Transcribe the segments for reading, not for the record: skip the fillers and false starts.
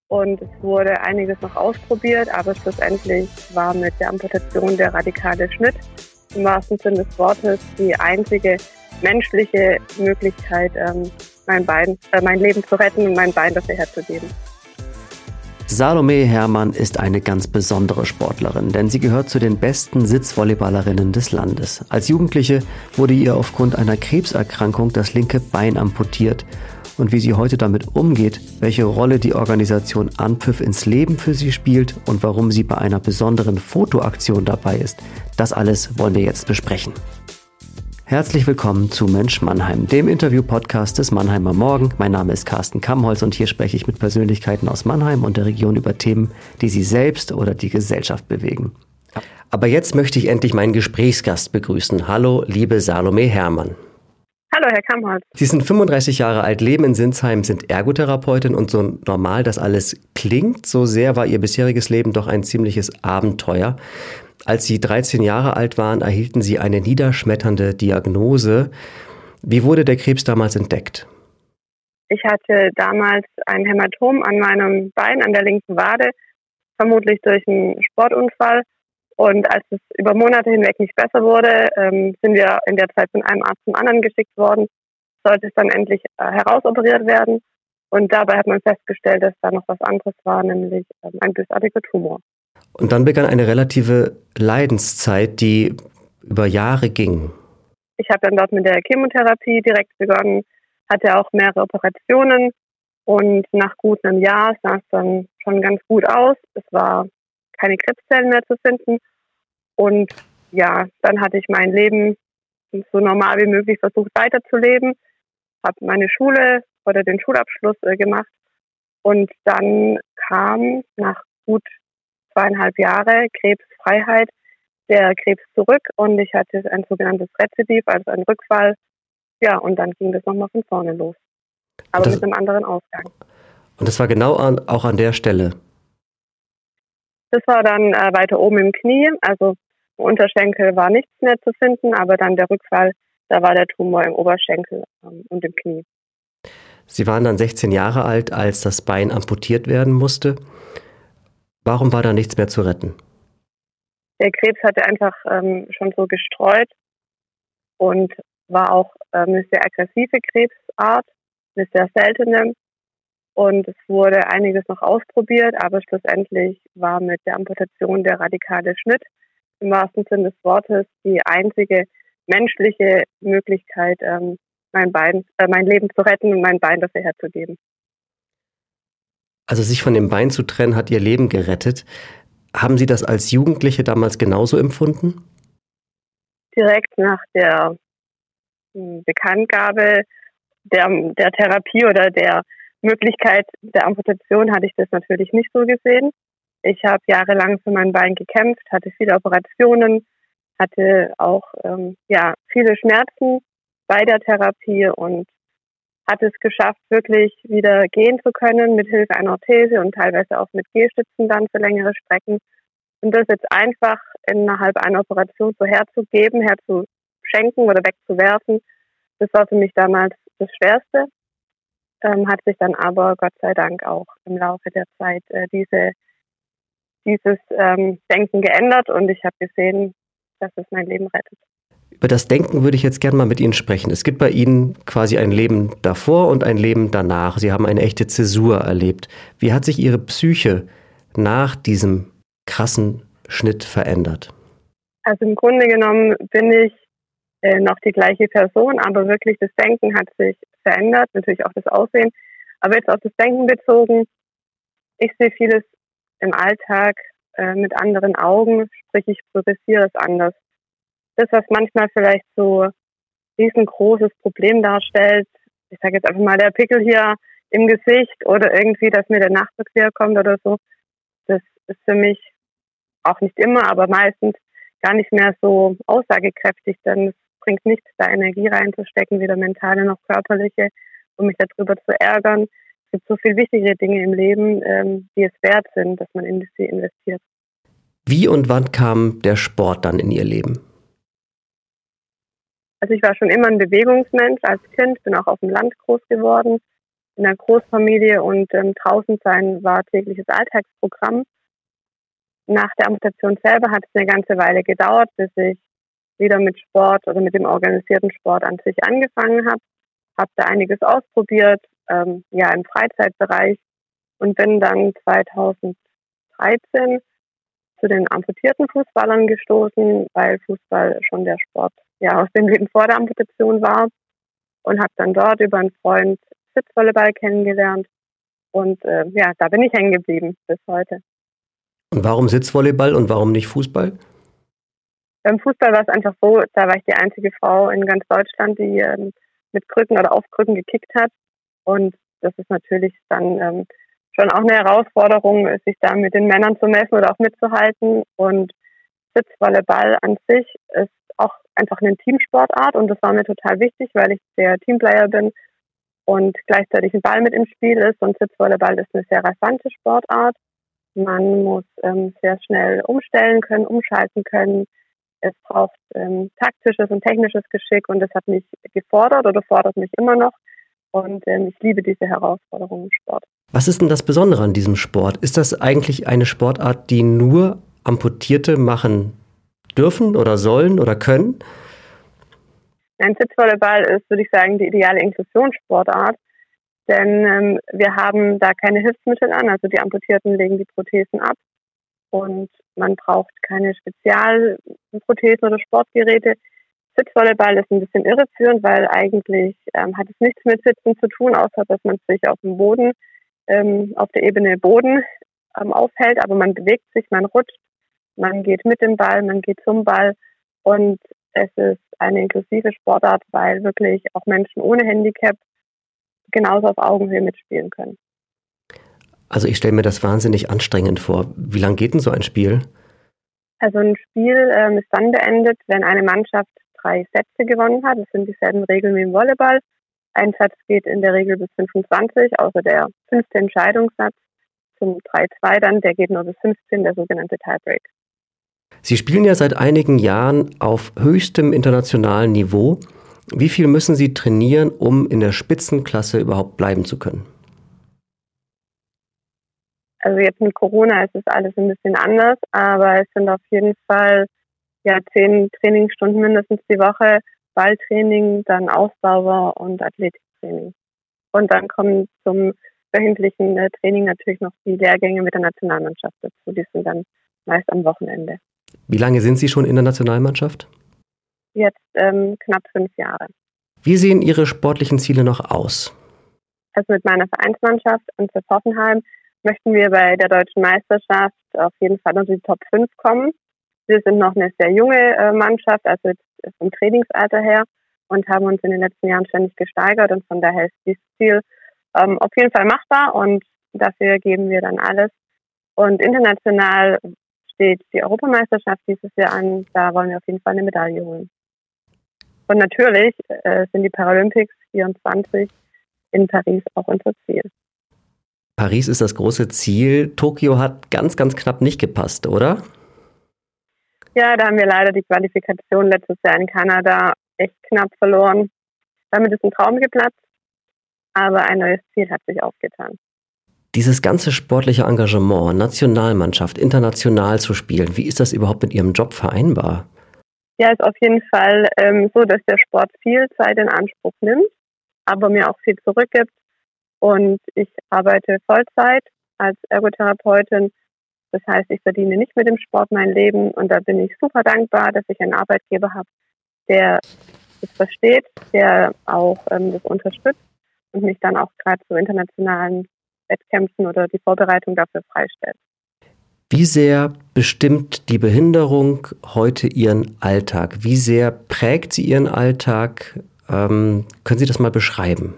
und es wurde einiges noch ausprobiert, aber schlussendlich war mit der Amputation der radikale Schnitt im wahrsten Sinne des Wortes die einzige menschliche Möglichkeit, mein Leben zu retten und mein Bein dafür herzugeben. Salome Herrmann ist eine ganz besondere Sportlerin, denn sie gehört zu den besten Sitzvolleyballerinnen des Landes. Als Jugendliche wurde ihr aufgrund einer Krebserkrankung das linke Bein amputiert. Und wie sie heute damit umgeht, welche Rolle die Organisation Anpfiff ins Leben für sie spielt und warum sie bei einer besonderen Fotoaktion dabei ist, das alles wollen wir jetzt besprechen. Herzlich willkommen zu Mensch Mannheim, dem Interview-Podcast des Mannheimer Morgen. Mein Name ist Carsten Kammholz und hier spreche ich mit Persönlichkeiten aus Mannheim und der Region über Themen, die sie selbst oder die Gesellschaft bewegen. Aber jetzt möchte ich endlich meinen Gesprächsgast begrüßen. Hallo, liebe Salome Herrmann. Hallo, Herr Kammholz. Sie sind 35 Jahre alt, leben in Sinsheim, sind Ergotherapeutin und so normal das alles klingt, so sehr war Ihr bisheriges Leben doch ein ziemliches Abenteuer. Als Sie 13 Jahre alt waren, erhielten Sie eine niederschmetternde Diagnose. Wie wurde der Krebs damals entdeckt? Ich hatte damals ein Hämatom an meinem Bein, an der linken Wade, vermutlich durch einen Sportunfall. Und als es über Monate hinweg nicht besser wurde, sind wir in der Zeit von einem Arzt zum anderen geschickt worden. Sollte es dann endlich herausoperiert werden. Und dabei hat man festgestellt, dass da noch was anderes war, nämlich ein bösartiger Tumor. Und dann begann eine relative Leidenszeit, die über Jahre ging. Ich habe dann dort mit der Chemotherapie direkt begonnen, hatte auch mehrere Operationen. Und nach gut einem Jahr sah es dann schon ganz gut aus. Es war keine Krebszellen mehr zu finden. Und ja, dann hatte ich mein Leben so normal wie möglich versucht weiterzuleben, habe meine Schule oder den Schulabschluss gemacht und dann kam nach gut 2,5 Jahre Krebsfreiheit der Krebs zurück und ich hatte ein sogenanntes Rezidiv, also einen Rückfall. Ja, und dann ging das nochmal von vorne los, aber mit einem anderen Ausgang. Und das war genau auch an der Stelle? Das war dann weiter oben im Knie, also im Unterschenkel war nichts mehr zu finden, aber dann der Rückfall, da war der Tumor im Oberschenkel und im Knie. Sie waren dann 16 Jahre alt, als das Bein amputiert werden musste. Warum war da nichts mehr zu retten? Der Krebs hatte einfach schon so gestreut und war auch eine sehr aggressive Krebsart, eine sehr seltene. Und es wurde einiges noch ausprobiert, aber schlussendlich war mit der Amputation der radikale Schnitt im wahrsten Sinne des Wortes die einzige menschliche Möglichkeit, mein Leben zu retten und mein Bein dafür herzugeben. Also sich von dem Bein zu trennen, hat Ihr Leben gerettet. Haben Sie das als Jugendliche damals genauso empfunden? Direkt nach der Bekanntgabe der Therapie oder der Möglichkeit der Amputation hatte ich das natürlich nicht so gesehen. Ich habe jahrelang für mein Bein gekämpft, hatte viele Operationen, hatte auch viele Schmerzen bei der Therapie und hat es geschafft, wirklich wieder gehen zu können mit Hilfe einer Orthese und teilweise auch mit Gehstützen dann für längere Strecken. Und das jetzt einfach innerhalb einer Operation so herzugeben, herzuschenken oder wegzuwerfen, das war für mich damals das Schwerste. Hat sich dann aber Gott sei Dank auch im Laufe der Zeit dieses Denken geändert und ich habe gesehen, dass es mein Leben rettet. Über das Denken würde ich jetzt gerne mal mit Ihnen sprechen. Es gibt bei Ihnen quasi ein Leben davor und ein Leben danach. Sie haben eine echte Zäsur erlebt. Wie hat sich Ihre Psyche nach diesem krassen Schnitt verändert? Also im Grunde genommen bin ich noch die gleiche Person, aber wirklich das Denken hat sich verändert, natürlich auch das Aussehen. Aber jetzt auf das Denken bezogen, ich sehe vieles im Alltag mit anderen Augen, sprich ich priorisiere es anders. Das, was manchmal vielleicht so ein riesengroßes Problem darstellt, ich sage jetzt einfach mal der Pickel hier im Gesicht oder irgendwie, dass mir der Nachbar quer kommt oder so, das ist für mich auch nicht immer, aber meistens gar nicht mehr so aussagekräftig, denn es bringt nichts, da Energie reinzustecken, weder mentale noch körperliche, um mich darüber zu ärgern. Es gibt so viel wichtigere Dinge im Leben, die es wert sind, dass man in sie investiert. Wie und wann kam der Sport dann in Ihr Leben? Also ich war schon immer ein Bewegungsmensch als Kind, bin auch auf dem Land groß geworden in einer Großfamilie und draußen sein war tägliches Alltagsprogramm. Nach der Amputation selber hat es eine ganze Weile gedauert, bis ich wieder mit Sport oder mit dem organisierten Sport an sich angefangen habe. Habe da einiges ausprobiert, im Freizeitbereich und bin dann 2013 zu den amputierten Fußballern gestoßen, weil Fußball schon der Sport aus dem Leben vor der Amputation war und habe dann dort über einen Freund Sitzvolleyball kennengelernt und da bin ich hängen geblieben bis heute. Und warum Sitzvolleyball und warum nicht Fußball? Beim Fußball war es einfach so, da war ich die einzige Frau in ganz Deutschland, die mit Krücken oder auf Krücken gekickt hat. Und das ist natürlich dann schon auch eine Herausforderung, sich da mit den Männern zu messen oder auch mitzuhalten. Und Sitzvolleyball an sich ist auch einfach eine Teamsportart und das war mir total wichtig, weil ich der Teamplayer bin und gleichzeitig ein Ball mit im Spiel ist. Und Sitzvolleyball ist eine sehr rasante Sportart. Man muss sehr schnell umstellen können, umschalten können. Es braucht taktisches und technisches Geschick und das hat mich gefordert oder fordert mich immer noch. Und ich liebe diese Herausforderung im Sport. Was ist denn das Besondere an diesem Sport? Ist das eigentlich eine Sportart, die nur Amputierte machen dürfen oder sollen oder können? Ein Sitzvolleyball ist, würde ich sagen, die ideale Inklusionssportart, denn wir haben da keine Hilfsmittel an, also die Amputierten legen die Prothesen ab und man braucht keine Spezialprothesen oder Sportgeräte. Sitzvolleyball ist ein bisschen irreführend, weil eigentlich hat es nichts mit Sitzen zu tun, außer dass man sich auf dem Boden, auf der Ebene Boden aufhält, aber man bewegt sich, man rutscht, man geht mit dem Ball, man geht zum Ball und es ist eine inklusive Sportart, weil wirklich auch Menschen ohne Handicap genauso auf Augenhöhe mitspielen können. Also ich stelle mir das wahnsinnig anstrengend vor. Wie lang geht denn so ein Spiel? Also ein Spiel ist dann beendet, wenn eine Mannschaft 3 Sätze gewonnen hat. Das sind dieselben Regeln wie im Volleyball. Ein Satz geht in der Regel bis 25, außer der 5. Entscheidungssatz zum 3-2 dann, der geht nur bis 15, der sogenannte Tiebreak. Sie spielen ja seit einigen Jahren auf höchstem internationalen Niveau. Wie viel müssen Sie trainieren, um in der Spitzenklasse überhaupt bleiben zu können? Also jetzt mit Corona ist es alles ein bisschen anders, aber es sind auf jeden Fall 10 Trainingsstunden mindestens die Woche, Balltraining, dann Ausdauer und Athletiktraining. Und dann kommen zum wöchentlichen Training natürlich noch die Lehrgänge mit der Nationalmannschaft dazu. Die sind dann meist am Wochenende. Wie lange sind Sie schon in der Nationalmannschaft? Jetzt knapp 5 Jahre. Wie sehen Ihre sportlichen Ziele noch aus? Also mit meiner Vereinsmannschaft NZZ Hoffenheim möchten wir bei der deutschen Meisterschaft auf jeden Fall unter die Top 5 kommen. Wir sind noch eine sehr junge Mannschaft, also jetzt vom Trainingsalter her und haben uns in den letzten Jahren ständig gesteigert und von daher ist dieses Ziel auf jeden Fall machbar und dafür geben wir dann alles. Und international steht die Europameisterschaft dieses Jahr an, da wollen wir auf jeden Fall eine Medaille holen. Und natürlich sind die Paralympics 24 in Paris auch unser Ziel. Paris ist das große Ziel. Tokio hat ganz, ganz knapp nicht gepasst, oder? Ja, da haben wir leider die Qualifikation letztes Jahr in Kanada echt knapp verloren. Damit ist ein Traum geplatzt, aber ein neues Ziel hat sich aufgetan. Dieses ganze sportliche Engagement, Nationalmannschaft, international zu spielen, wie ist das überhaupt mit Ihrem Job vereinbar? Ja, ist auf jeden Fall so, dass der Sport viel Zeit in Anspruch nimmt, aber mir auch viel zurückgibt. Und ich arbeite Vollzeit als Ergotherapeutin. Das heißt, ich verdiene nicht mit dem Sport mein Leben. Und da bin ich super dankbar, dass ich einen Arbeitgeber habe, der das versteht, der auch das unterstützt und mich dann auch gerade zu internationalen Wettkämpfen oder die Vorbereitung dafür freistellt. Wie sehr bestimmt die Behinderung heute Ihren Alltag? Wie sehr prägt sie Ihren Alltag? Können Sie das mal beschreiben?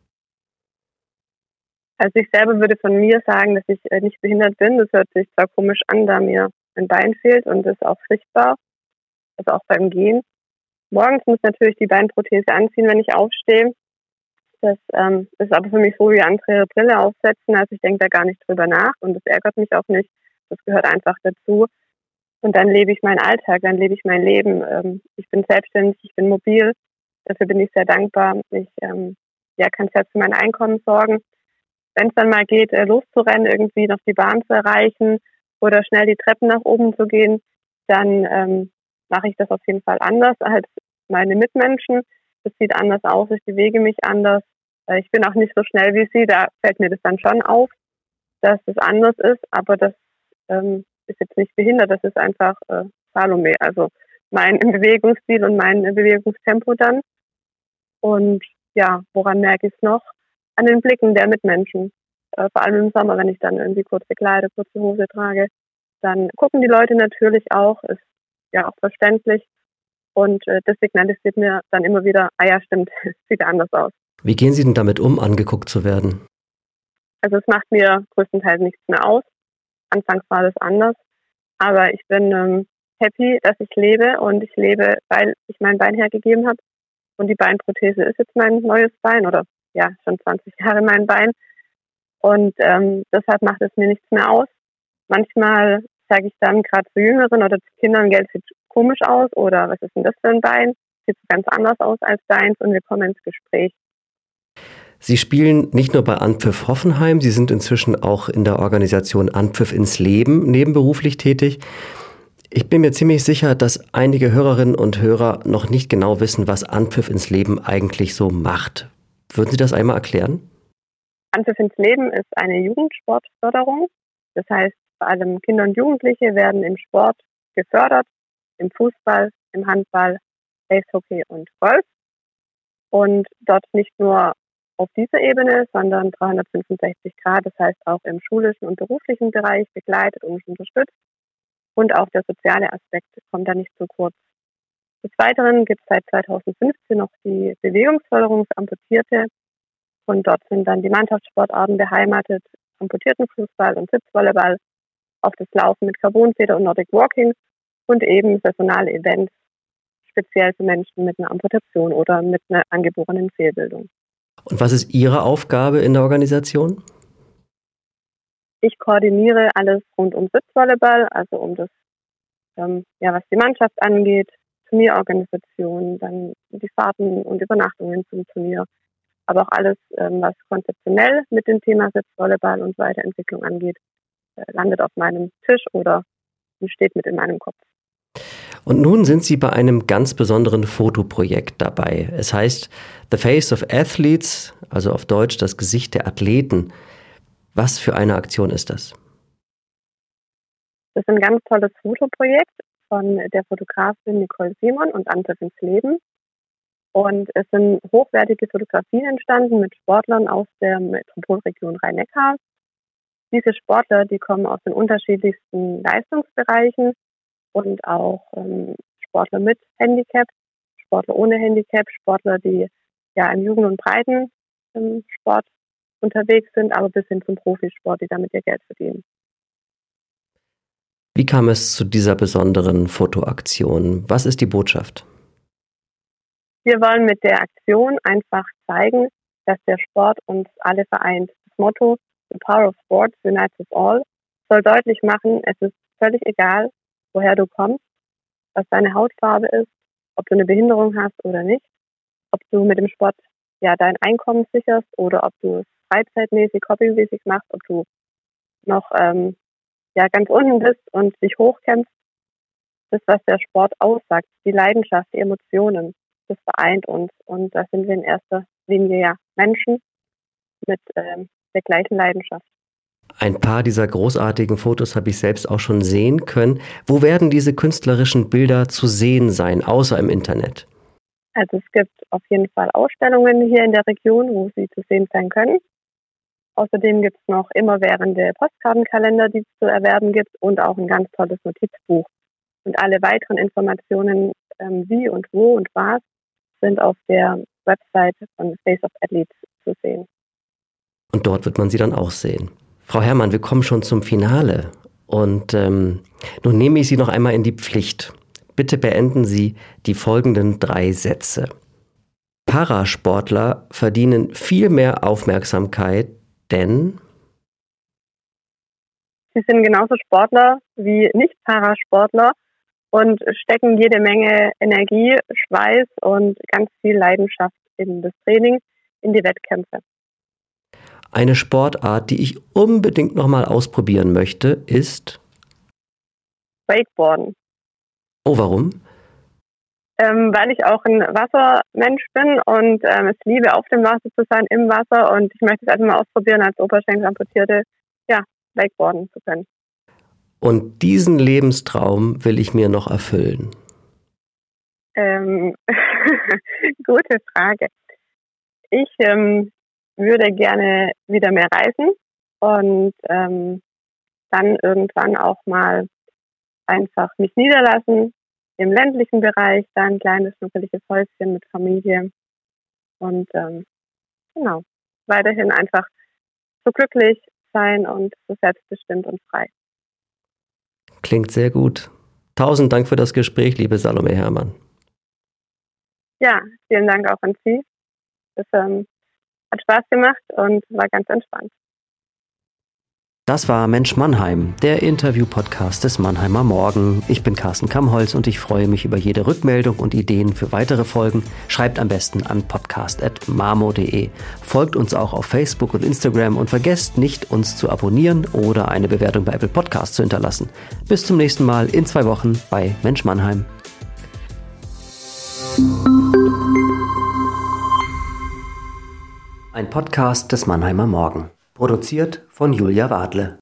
Also ich selber würde von mir sagen, dass ich nicht behindert bin. Das hört sich zwar komisch an, da mir ein Bein fehlt und das ist auch sichtbar, also auch beim Gehen. Morgens muss ich natürlich die Beinprothese anziehen, wenn ich aufstehe. Das ist aber für mich so wie andere ihre Brille aufsetzen. Also ich denke da gar nicht drüber nach und das ärgert mich auch nicht. Das gehört einfach dazu. Und dann lebe ich meinen Alltag, dann lebe ich mein Leben. Ich bin selbstständig, ich bin mobil. Dafür bin ich sehr dankbar. Ich kann selbst für mein Einkommen sorgen. wenn es dann mal geht, loszurennen, irgendwie noch die Bahn zu erreichen oder schnell die Treppen nach oben zu gehen, dann mache ich das auf jeden Fall anders als meine Mitmenschen. Das sieht anders aus, ich bewege mich anders. Ich bin auch nicht so schnell wie sie, da fällt mir das dann schon auf, dass das anders ist, aber das ist jetzt nicht behindert, das ist einfach Salome, also mein Bewegungsstil und mein Bewegungstempo dann. Und ja, woran merke ich es noch? An den Blicken der Mitmenschen. Vor allem im Sommer, wenn ich dann irgendwie kurze Kleider, kurze Hose trage, dann gucken die Leute natürlich auch, ist ja auch verständlich. Und das signalisiert mir dann immer wieder, ja stimmt, sieht anders aus. Wie gehen Sie denn damit um, angeguckt zu werden? Also es macht mir größtenteils nichts mehr aus. Anfangs war das anders. Aber ich bin happy, dass ich lebe und ich lebe, weil ich mein Bein hergegeben habe. Und die Beinprothese ist jetzt mein neues Bein oder ja, schon 20 Jahre mein Bein. Und deshalb macht es mir nichts mehr aus. Manchmal sage ich dann gerade zu Jüngeren oder zu Kindern, Geld sieht komisch aus oder was ist denn das für ein Bein? Sieht ganz anders aus als deins und wir kommen ins Gespräch. Sie spielen nicht nur bei Anpfiff Hoffenheim, Sie sind inzwischen auch in der Organisation Anpfiff ins Leben nebenberuflich tätig. Ich bin mir ziemlich sicher, dass einige Hörerinnen und Hörer noch nicht genau wissen, was Anpfiff ins Leben eigentlich so macht. Würden Sie das einmal erklären? Anpfiff ins Leben ist eine Jugendsportförderung. Das heißt, vor allem Kinder und Jugendliche werden im Sport gefördert, im Fußball, im Handball, Eishockey und Golf. Und dort nicht nur auf dieser Ebene, sondern 365 Grad, das heißt auch im schulischen und beruflichen Bereich begleitet und unterstützt. Und auch der soziale Aspekt kommt da nicht zu kurz. Des Weiteren gibt es seit 2015 noch die Bewegungsförderung für Amputierte. Und dort sind dann die Mannschaftssportarten beheimatet, Amputiertenfußball und Sitzvolleyball, auch das Laufen mit Carbonfeder und Nordic Walking und eben saisonale Events, speziell für Menschen mit einer Amputation oder mit einer angeborenen Fehlbildung. Und was ist Ihre Aufgabe in der Organisation? Ich koordiniere alles rund um Sitzvolleyball, also um das, was die Mannschaft angeht, Turnierorganisation, dann die Fahrten und Übernachtungen zum Turnier, aber auch alles, was konzeptionell mit dem Thema Sitzvolleyball und Weiterentwicklung angeht, landet auf meinem Tisch oder steht mit in meinem Kopf. Und nun sind Sie bei einem ganz besonderen Fotoprojekt dabei. Es heißt The Face of Athletes, also auf Deutsch das Gesicht der Athleten. Was für eine Aktion ist das? Das ist ein ganz tolles Fotoprojekt von der Fotografin Nicole Simon und Anpfiff ins Leben. Und es sind hochwertige Fotografien entstanden mit Sportlern aus der Metropolregion Rhein-Neckar. Diese Sportler, die kommen aus den unterschiedlichsten Leistungsbereichen und auch Sportler mit Handicap, Sportler ohne Handicap, Sportler, die ja im Jugend- und Breitensport unterwegs sind, aber bis hin zum Profisport, die damit ihr Geld verdienen. Wie kam es zu dieser besonderen Fotoaktion? Was ist die Botschaft? Wir wollen mit der Aktion einfach zeigen, dass der Sport uns alle vereint. Das Motto The Power of Sports unites us all soll deutlich machen, es ist völlig egal, woher du kommst, was deine Hautfarbe ist, ob du eine Behinderung hast oder nicht, ob du mit dem Sport ja dein Einkommen sicherst oder ob du es freizeitmäßig, hobbymäßig machst, ob du noch ganz unten bist und dich hochkämpfst. Das, was der Sport aussagt, die Leidenschaft, die Emotionen, das vereint uns. Und da sind wir in erster Linie ja Menschen mit der gleichen Leidenschaft. Ein paar dieser großartigen Fotos habe ich selbst auch schon sehen können. Wo werden diese künstlerischen Bilder zu sehen sein, außer im Internet? Also es gibt auf jeden Fall Ausstellungen hier in der Region, wo sie zu sehen sein können. Außerdem gibt es noch immerwährende Postkartenkalender, die es zu erwerben gibt und auch ein ganz tolles Notizbuch. Und alle weiteren Informationen, wie und wo und was, sind auf der Website von Face of Athletes zu sehen. Und dort wird man sie dann auch sehen. Frau Herrmann, wir kommen schon zum Finale. Und nun nehme ich Sie noch einmal in die Pflicht. Bitte beenden Sie die folgenden 3 Sätze. Parasportler verdienen viel mehr Aufmerksamkeit, denn Sie sind genauso Sportler wie Nicht-Parasportler und stecken jede Menge Energie, Schweiß und ganz viel Leidenschaft in das Training, in die Wettkämpfe. Eine Sportart, die ich unbedingt nochmal ausprobieren möchte, ist Wakeboarden. Oh, warum? Weil ich auch ein Wassermensch bin und es liebe, auf dem Wasser zu sein, im Wasser. Und ich möchte es einfach mal ausprobieren, als Oberschenkelamputierte, Wakeboarden zu können. Und diesen Lebenstraum will ich mir noch erfüllen. Gute Frage. Ich würde gerne wieder mehr reisen und dann irgendwann auch mal einfach mich niederlassen im ländlichen Bereich, da ein kleines, schnuckeliges Häuschen mit Familie und genau, weiterhin einfach so glücklich sein und so selbstbestimmt und frei. Klingt sehr gut. 1000 Dank für das Gespräch, liebe Salome Herrmann. Ja, vielen Dank auch an Sie. Das hat Spaß gemacht und war ganz entspannt. Das war Mensch Mannheim, der Interview-Podcast des Mannheimer Morgen. Ich bin Carsten Kammholz und ich freue mich über jede Rückmeldung und Ideen für weitere Folgen. Schreibt am besten an podcast@mamo.de. Folgt uns auch auf Facebook und Instagram und vergesst nicht, uns zu abonnieren oder eine Bewertung bei Apple Podcasts zu hinterlassen. Bis zum nächsten Mal in 2 Wochen bei Mensch Mannheim. Ein Podcast des Mannheimer Morgen. Produziert von Julia Wadle.